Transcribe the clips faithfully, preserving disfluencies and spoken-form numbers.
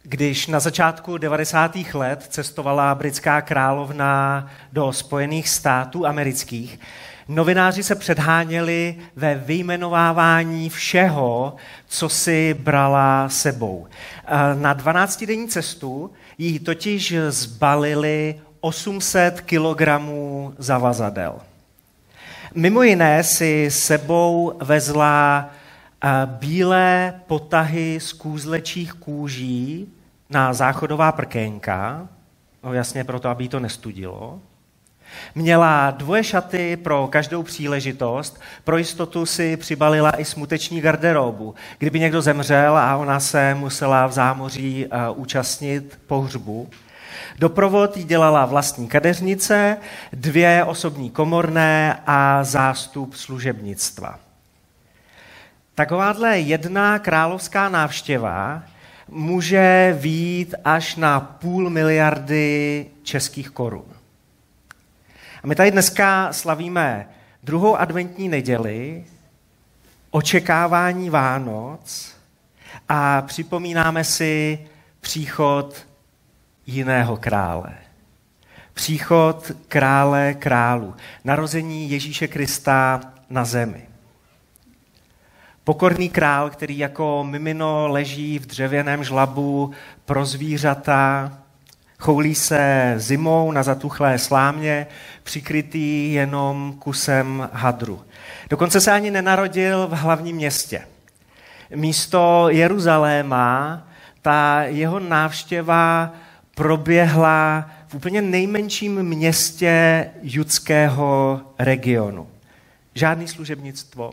Když na začátku devadesátých let cestovala britská královna do Spojených států amerických, novináři se předháněli ve vyjmenovávání všeho, co si brala sebou. Na dvanáctidenní cestu jí totiž zbalili osm set kilogramů zavazadel. Mimo jiné si sebou vezla bílé potahy z kůzlečích kůží na záchodová prkénka, no jasně proto, aby jí to nestudilo. Měla dvoje šaty pro každou příležitost, pro jistotu si přibalila i smuteční garderobu. Kdyby někdo zemřel a ona se musela v zámoří uh, účastnit pohřbu. Doprovod jí dělala vlastní kadeřnice, dvě osobní komorné a zástup služebnictva. Takováhle jedna královská návštěva může vyjít až na půl miliardy českých korun. A my tady dneska slavíme druhou adventní neděli, očekávání Vánoc a připomínáme si příchod jiného krále. Příchod krále králů, narození Ježíše Krista na zemi. Pokorný král, který jako mimino leží v dřevěném žlabu pro zvířata, choulí se zimou na zatuchlé slámě, přikrytý jenom kusem hadru. Dokonce se ani nenarodil v hlavním městě. Místo Jeruzaléma ta jeho návštěva proběhla v úplně nejmenším městě judského regionu. Žádný služebnictvo,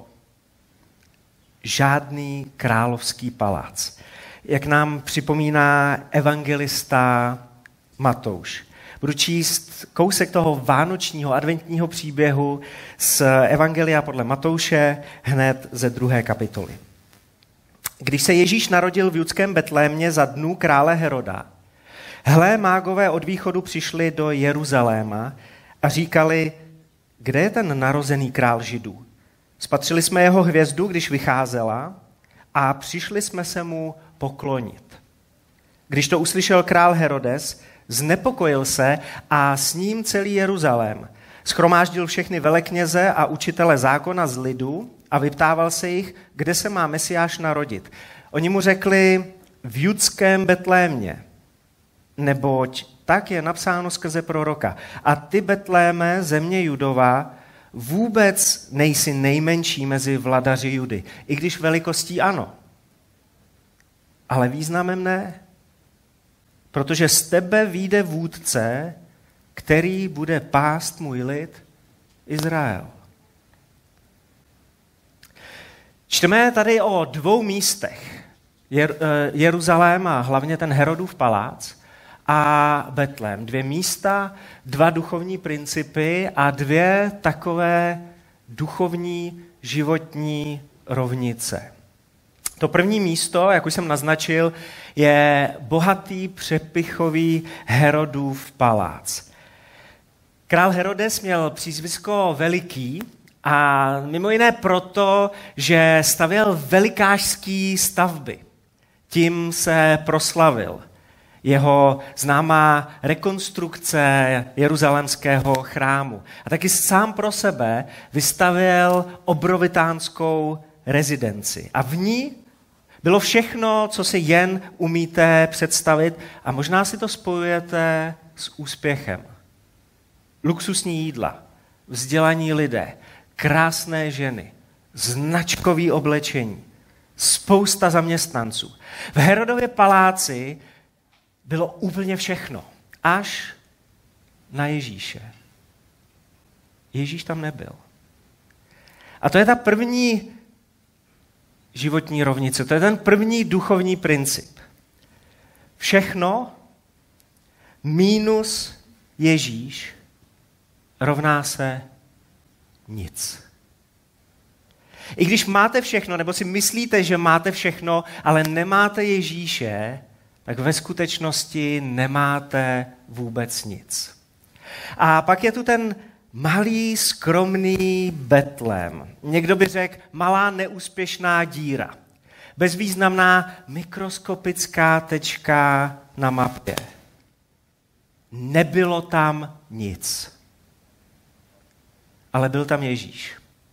žádný královský palác. Jak nám připomíná evangelista Matouš. Budu číst kousek toho vánočního adventního příběhu z Evangelia podle Matouše hned ze druhé kapitoly. Když se Ježíš narodil v judském Betlémě za dnů krále Heroda, hle, mágové od východu přišli do Jeruzaléma a říkali, kde je ten narozený král Židů? Spatřili jsme jeho hvězdu, když vycházela a přišli jsme se mu poklonit. Když to uslyšel král Herodes, znepokojil se a s ním celý Jeruzalém. Shromáždil všechny velekněze a učitele zákona z lidu a vyptával se jich, kde se má Mesiáš narodit. Oni mu řekli v judském Betlémě, neboť tak je napsáno skrze proroka. A ty, Betléme, země Judova, vůbec nejsi nejmenší mezi vladaři Judy, i když velikostí ano. Ale významem ne, protože z tebe vyjde vůdce, který bude pást můj lid Izrael. Čteme tady o dvou místech. Jer, Jeruzalém a hlavně ten Herodův palác a Betlém. Dvě místa, dva duchovní principy a dvě takové duchovní životní rovnice. To první místo, jak už jsem naznačil, je bohatý přepichový Herodův palác. Král Herodes měl přízvisko Veliký a mimo jiné proto, že stavěl velikášský stavby. Tím se proslavil. Jeho známá rekonstrukce jeruzalémského chrámu. A taky sám pro sebe vystavěl obrovitánskou rezidenci. A v ní bylo všechno, co si jen umíte představit a možná si to spojujete s úspěchem. Luxusní jídla, vzdělaní lidé, krásné ženy, značkový oblečení, spousta zaměstnanců. V Herodově paláci bylo úplně všechno, až na Ježíše. Ježíš tam nebyl. A to je ta první životní rovnice, to je ten první duchovní princip. Všechno mínus Ježíš rovná se nic. I když máte všechno, nebo si myslíte, že máte všechno, ale nemáte Ježíše, tak ve skutečnosti nemáte vůbec nic. A pak je tu ten malý, skromný Betlém. Někdo by řekl malá neúspěšná díra. Bezvýznamná mikroskopická tečka na mapě. Nebylo tam nic. Ale byl tam Ježíš.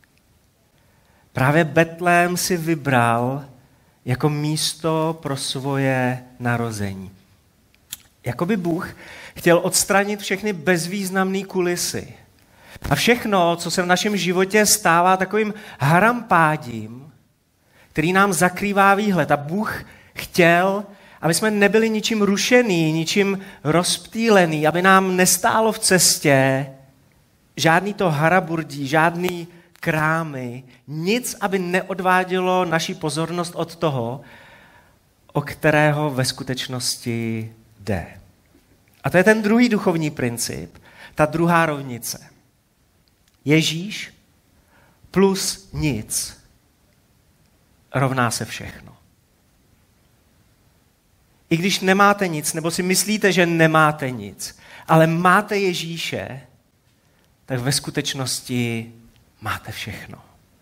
Právě Betlém si vybral jako místo pro svoje narození. Jakoby Bůh chtěl odstranit všechny bezvýznamné kulisy. A všechno, co se v našem životě stává takovým harampádím, který nám zakrývá výhled. A Bůh chtěl, aby jsme nebyli ničím rušený, ničím rozptýlený, aby nám nestálo v cestě žádný to haraburdí, žádný krámy, nic, aby neodvádělo naši pozornost od toho, o kterého ve skutečnosti jde. A to je ten druhý duchovní princip, ta druhá rovnice. Ježíš plus nic rovná se všechno. I když nemáte nic, nebo si myslíte, že nemáte nic, ale máte Ježíše, tak ve skutečnosti máte všechno.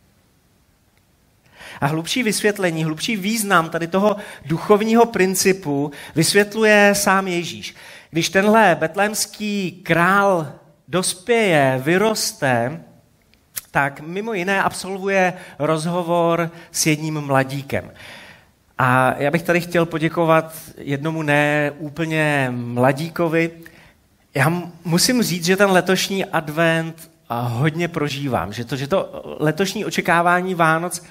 A hlubší vysvětlení, hlubší význam tady toho duchovního principu vysvětluje sám Ježíš. Když tenhle betlémský král dospěje, vyroste, tak mimo jiné absolvuje rozhovor s jedním mladíkem. A já bych tady chtěl poděkovat jednomu ne úplně mladíkovi. Já musím říct, že ten letošní advent hodně prožívám, že to, že to letošní očekávání Vánoc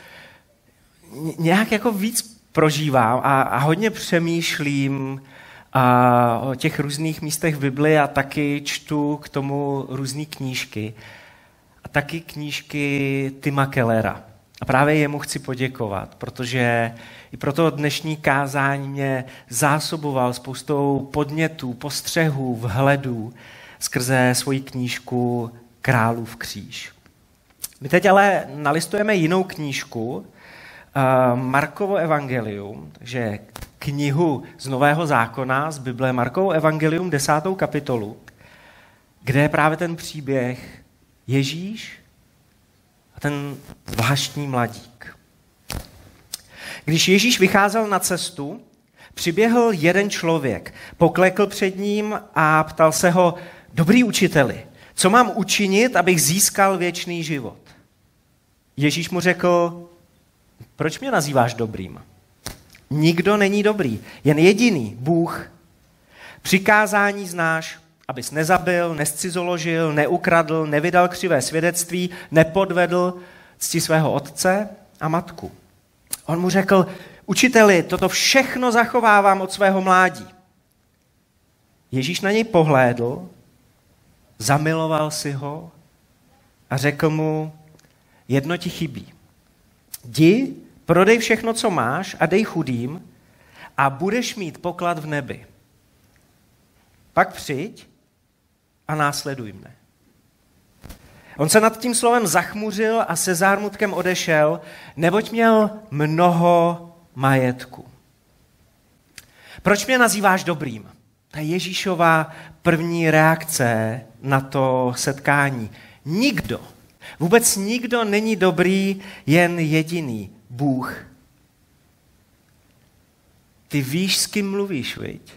nějak jako víc prožívám a, a hodně přemýšlím a o těch různých místech v Bibli a taky čtu k tomu různé knížky. A taky knížky Tima Kellera. A právě jemu chci poděkovat, protože i pro to dnešní kázání mě zásoboval spoustou podnětů, postřehů, vhledů skrze svoji knížku Králův kříž. My teď ale nalistujeme jinou knížku, Markovo evangelium, takže knihu z Nového zákona, z Bible, Markovo evangelium, desátou kapitolu, kde je právě ten příběh Ježíš a ten zvláštní mladík. Když Ježíš vycházel na cestu, přiběhl jeden člověk, poklekl před ním a ptal se ho: Dobrý učiteli, co mám učinit, abych získal věčný život? Ježíš mu řekl: Proč mě nazýváš dobrým? Nikdo není dobrý, jen jediný, Bůh. Přikázání znáš: abys nezabil, nescizoložil, neukradl, nevydal křivé svědectví, nepodvedl, cti svého otce a matku. On mu řekl: Učiteli, toto všechno zachovávám od svého mládí. Ježíš na něj pohlédl, zamiloval si ho a řekl mu: Jedno ti chybí. Jdi, prodej všechno, co máš, a dej chudým a budeš mít poklad v nebi. Pak přijď a následuj mne. On se nad tím slovem zachmuřil a se zármutkem odešel, neboť měl mnoho majetku. Proč mě nazýváš dobrým? To je Ježíšova první reakce na to setkání. Nikdo, vůbec nikdo není dobrý, jen jediný, Bůh. Ty víš, s kým mluvíš, viď?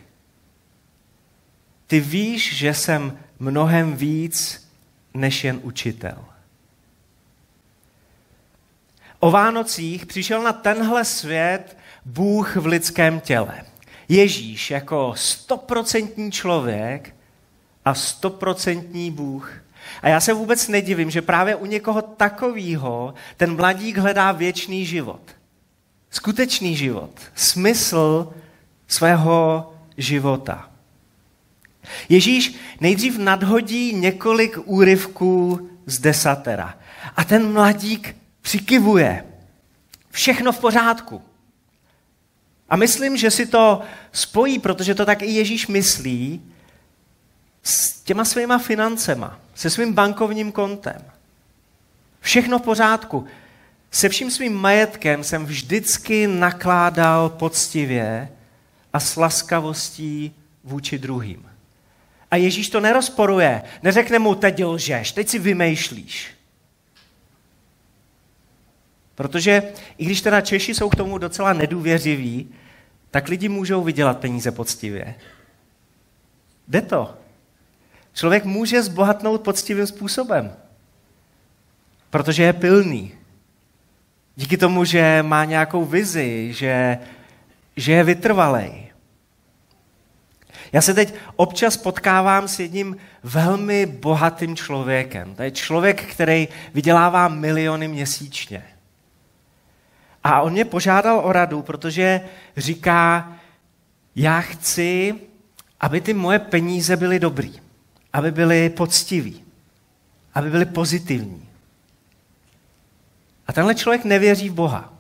Ty víš, že jsem mnohem víc než jen učitel. O Vánocích přišel na tenhle svět Bůh v lidském těle. Ježíš jako stoprocentní člověk a stoprocentní Bůh. A já se vůbec nedivím, že právě u někoho takového ten mladík hledá věčný život. Skutečný život. Smysl svého života. Ježíš nejdřív nadhodí několik úryvků z desatera. A ten mladík přikivuje. Všechno v pořádku. A myslím, že si to spojí, protože to tak i Ježíš myslí, s těma svýma financema, se svým bankovním kontem. Všechno v pořádku. Se vším svým majetkem jsem vždycky nakládal poctivě a s laskavostí vůči druhým. A Ježíš to nerozporuje. Neřekne mu: teď lžeš, teď si vymýšlíš. Protože i když teda Češi jsou k tomu docela nedůvěřiví, tak lidi můžou vydělat peníze poctivě. Jde to. Člověk může zbohatnout poctivým způsobem, protože je pilný. Díky tomu, že má nějakou vizi, že, že je vytrvalej. Já se teď občas potkávám s jedním velmi bohatým člověkem. To je člověk, který vydělává miliony měsíčně. A on mě požádal o radu, protože říká, já chci, aby ty moje peníze byly dobrý, aby byly poctivý, aby byly pozitivní. A tenhle člověk nevěří v Boha,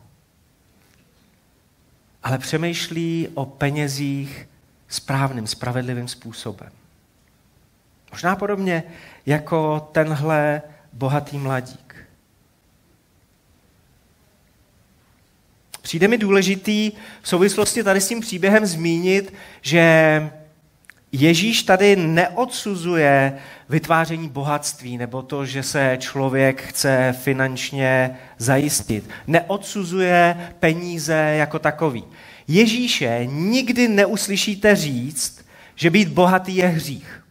ale přemýšlí o penězích správným, spravedlivým způsobem. Možná podobně jako tenhle bohatý mladík. Přijde mi důležitý v souvislosti tady s tím příběhem zmínit, že Ježíš tady neodsuzuje vytváření bohatství nebo to, že se člověk chce finančně zajistit. Neodsuzuje peníze jako takový. Ježíše nikdy neuslyšíte říct, že být bohatý je hřích.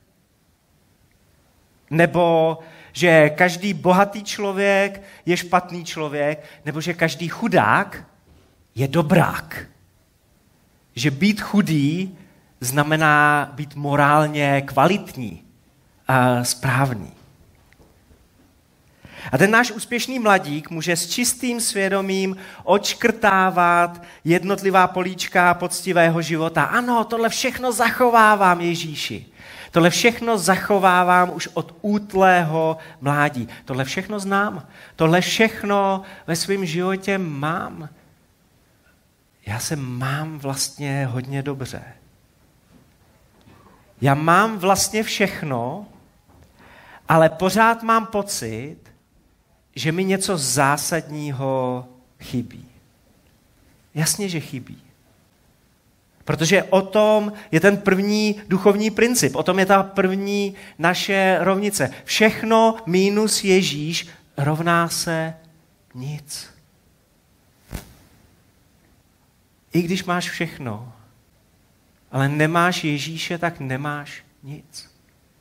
Nebo že každý bohatý člověk je špatný člověk, nebo že každý chudák je dobrák. Že být chudý znamená být morálně kvalitní a správný. A ten náš úspěšný mladík může s čistým svědomím odškrtávat jednotlivá políčka poctivého života. Ano, tohle všechno zachovávám, Ježíši. Tohle všechno zachovávám už od útlého mládí. Tohle všechno znám. Tohle všechno ve svém životě mám. Já se mám vlastně hodně dobře. Já mám vlastně všechno, ale pořád mám pocit, že mi něco zásadního chybí. Jasně, že chybí. Protože o tom je ten první duchovní princip, o tom je ta první naše rovnice. Všechno minus Ježíš rovná se nic. I když máš všechno, ale nemáš Ježíše, tak nemáš nic.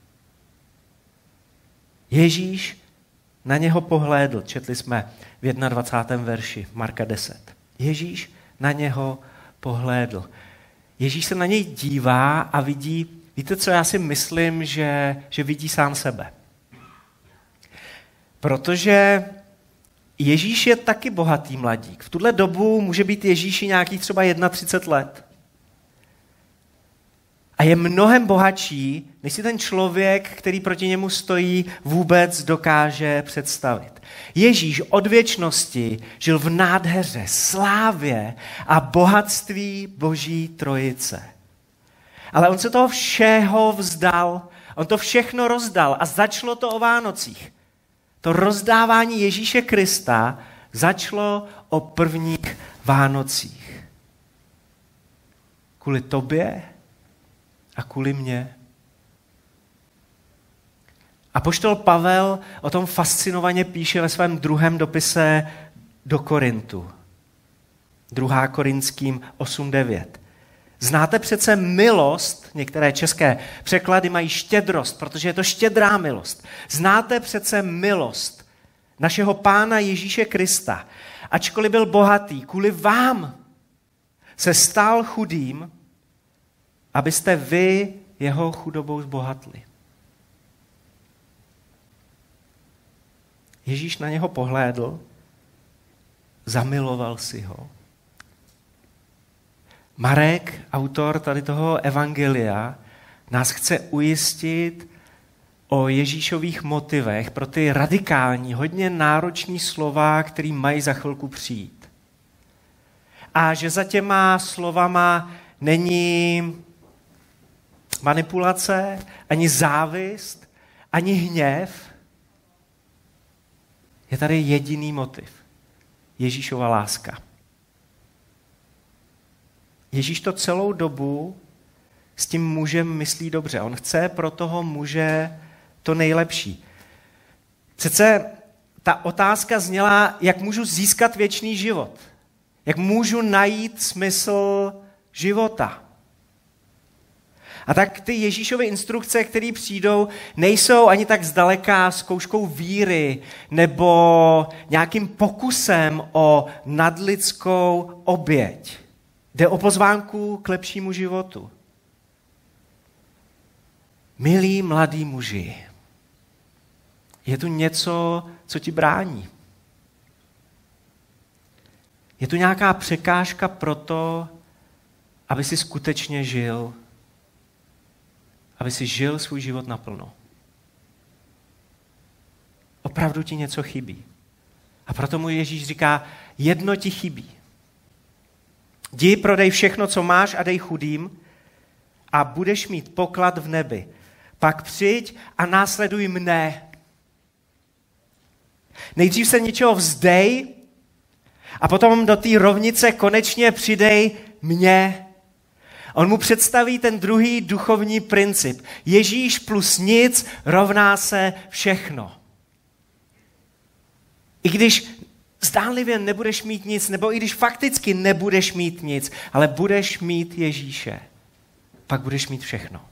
Ježíš na něho pohlédl, četli jsme v dvacátém prvním verši Marka deset. Ježíš na něho pohlédl. Ježíš se na něj dívá a vidí, víte co, já si myslím, že, že vidí sám sebe. Protože Ježíš je taky bohatý mladík. V tuhle dobu může být Ježíši nějakých třeba třicet jedna let. A je mnohem bohatší, než si ten člověk, který proti němu stojí, vůbec dokáže představit. Ježíš od věčnosti žil v nádheře, slávě a bohatství Boží trojice. Ale on se toho všeho vzdal, on to všechno rozdal a začalo to o Vánocích. To rozdávání Ježíše Krista začalo o prvních Vánocích. Kvůli tobě a kvůli mně. Apoštol Pavel o tom fascinovaně píše ve svém druhém dopise do Korintu. druhá Korinským osm devět. Znáte přece milost, některé české překlady mají štědrost, protože je to štědrá milost. Znáte přece milost našeho Pána Ježíše Krista. Ačkoliv byl bohatý, kvůli vám se stal chudým, abyste vy jeho chudobou zbohatli. Ježíš na něho pohlédl, zamiloval si ho. Marek, autor tady toho evangelia, nás chce ujistit o Ježíšových motivech pro ty radikální, hodně náročný slova, který mají za chvilku přijít. A že za těma slovama není manipulace, ani závist, ani hněv. Je tady jediný motiv. Ježíšova láska. Ježíš to celou dobu s tím mužem myslí dobře. On chce pro toho muže to nejlepší. Přece ta otázka zněla, jak můžu získat věčný život. Jak můžu najít smysl života. A tak ty Ježíšovy instrukce, které přijdou, nejsou ani tak zdaleka zkouškou víry nebo nějakým pokusem o nadlidskou oběť. Jde o pozvánku k lepšímu životu. Milí mladí muži, je tu něco, co ti brání. Je tu nějaká překážka pro to, aby si skutečně žil, aby si žil svůj život naplno. Opravdu ti něco chybí. A proto mu Ježíš říká, jedno ti chybí. Jdi, prodej všechno, co máš a dej chudým a budeš mít poklad v nebi. Pak přijď a následuj mne. Nejdřív se něčeho vzdej a potom do té rovnice konečně přidej mě. On mu představí ten druhý duchovní princip. Ježíš plus nic rovná se všechno. I když zdánlivě nebudeš mít nic, nebo i když fakticky nebudeš mít nic, ale budeš mít Ježíše, pak budeš mít všechno.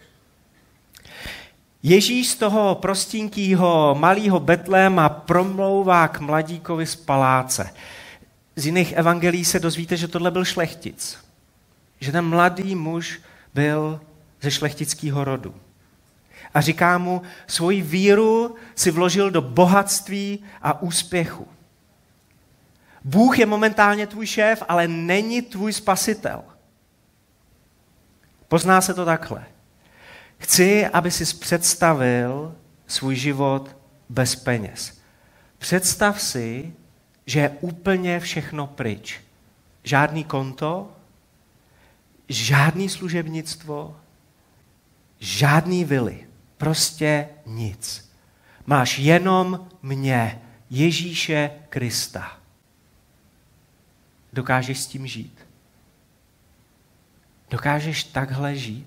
Ježíš z toho prostinkýho malého Betléma promlouvá k mladíkovi z paláce. Z jiných evangelií se dozvíte, že tohle byl šlechtic. Že ten mladý muž byl ze šlechtického rodu. A říká mu, svoji víru si vložil do bohatství a úspěchu. Bůh je momentálně tvůj šéf, ale není tvůj spasitel. Pozná se to takhle. Chci, aby jsi představil svůj život bez peněz. Představ si, že je úplně všechno pryč. Žádný konto, žádný služebnictvo, žádný vily. Prostě nic. Máš jenom mě, Ježíše Krista. Dokážeš s tím žít? Dokážeš takhle žít?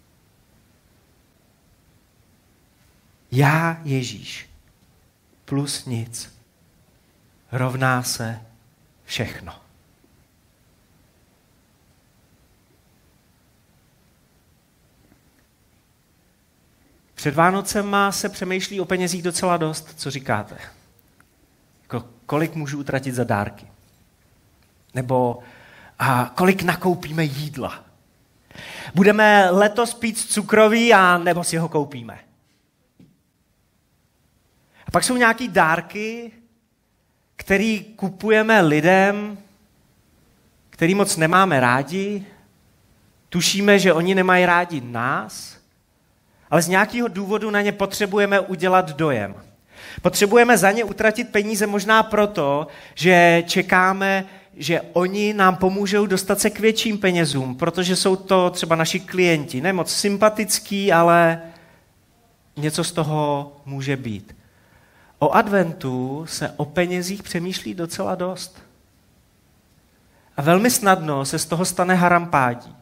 Já, Ježíš, plus nic, rovná se všechno. Před Vánocema se přemýšlí o penězích docela dost, co říkáte? Jako, kolik můžu utratit za dárky? Nebo a kolik nakoupíme jídla? Budeme letos pít cukroví a nebo si ho koupíme? A pak jsou nějaký dárky, který kupujeme lidem, který moc nemáme rádi, tušíme, že oni nemají rádi nás, ale z nějakého důvodu na ně potřebujeme udělat dojem. Potřebujeme za ně utratit peníze možná proto, že čekáme, že oni nám pomůžou dostat se k větším penězům, protože jsou to třeba naši klienti, ne moc sympatický, ale něco z toho může být. O adventu se o penězích přemýšlí docela dost. A velmi snadno se z toho stane harampádí,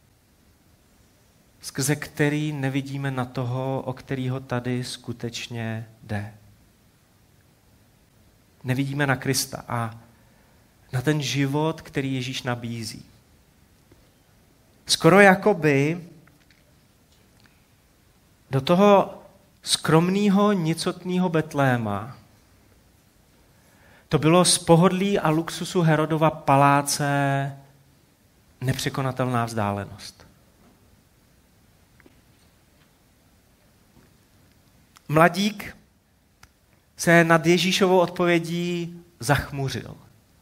skrze který nevidíme na toho, o kterého tady skutečně jde. Nevidíme na Krista a na ten život, který Ježíš nabízí. Skoro jakoby do toho skromného, nicotného Betléma to bylo z pohodlí a luxusu Herodova paláce nepřekonatelná vzdálenost. Mladík se nad Ježíšovou odpovědí zachmuřil.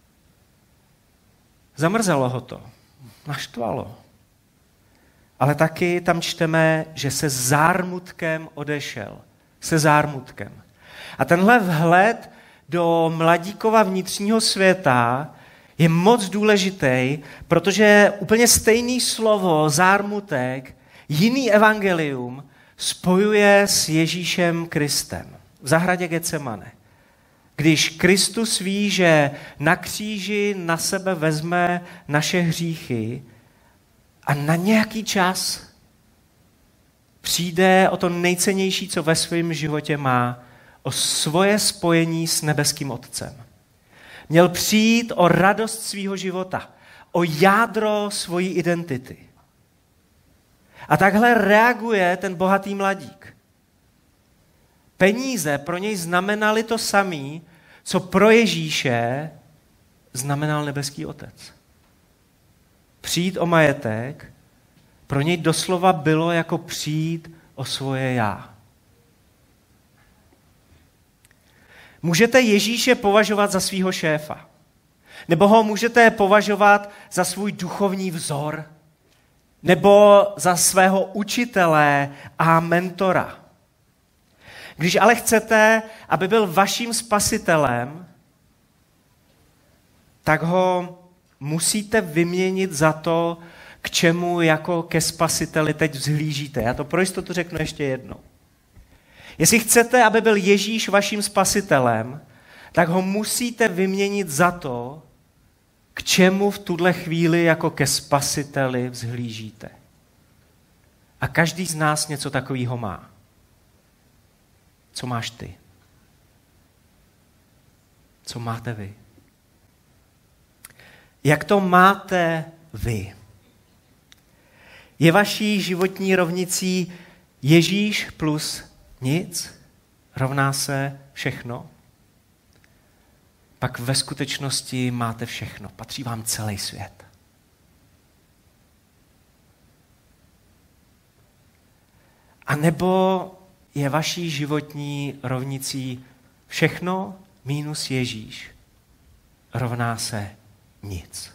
Zamrzelo ho to, naštvalo. Ale taky tam čteme, že se zármutkem odešel. Se zármutkem. A tenhle vhled do mladíkova vnitřního světa je moc důležitý, protože úplně stejný slovo zármutek, jiný evangelium, spojuje s Ježíšem Kristem v zahradě Getsemane. Když Kristus ví, že na kříži na sebe vezme naše hříchy a na nějaký čas přijde o to nejcennější, co ve svém životě má, o svoje spojení s nebeským Otcem. Měl přijít o radost svého života, o jádro svojí identity. A takhle reaguje ten bohatý mladík. Peníze pro něj znamenaly to samé, co pro Ježíše znamenal nebeský Otec. Přijít o majetek pro něj doslova bylo jako přijít o svoje já. Můžete Ježíše považovat za svého šéfa. Nebo ho můžete považovat za svůj duchovní vzor. Nebo za svého učitele a mentora. Když ale chcete, aby byl vaším spasitelem, tak ho musíte vyměnit za to, k čemu jako ke spasiteli teď vzhlížíte. Já to pro jistotu řeknu ještě jednou. Jestli chcete, aby byl Ježíš vaším spasitelem, tak ho musíte vyměnit za to, k čemu v tuhle chvíli jako ke spasiteli vzhlížíte. A každý z nás něco takového má. Co máš ty? Co máte vy? Jak to máte vy? Je vaší životní rovnicí Ježíš plus nic? Rovná se všechno? Pak ve skutečnosti máte všechno. Patří vám celý svět. A nebo je vaší životní rovnicí všechno minus Ježíš rovná se nic.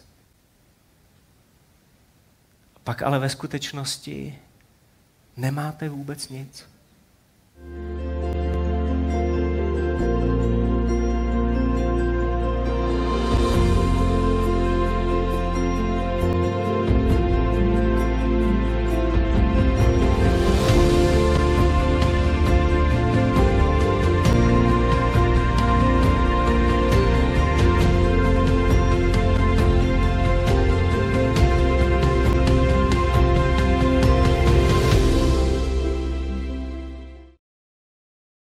Pak ale ve skutečnosti nemáte vůbec nic.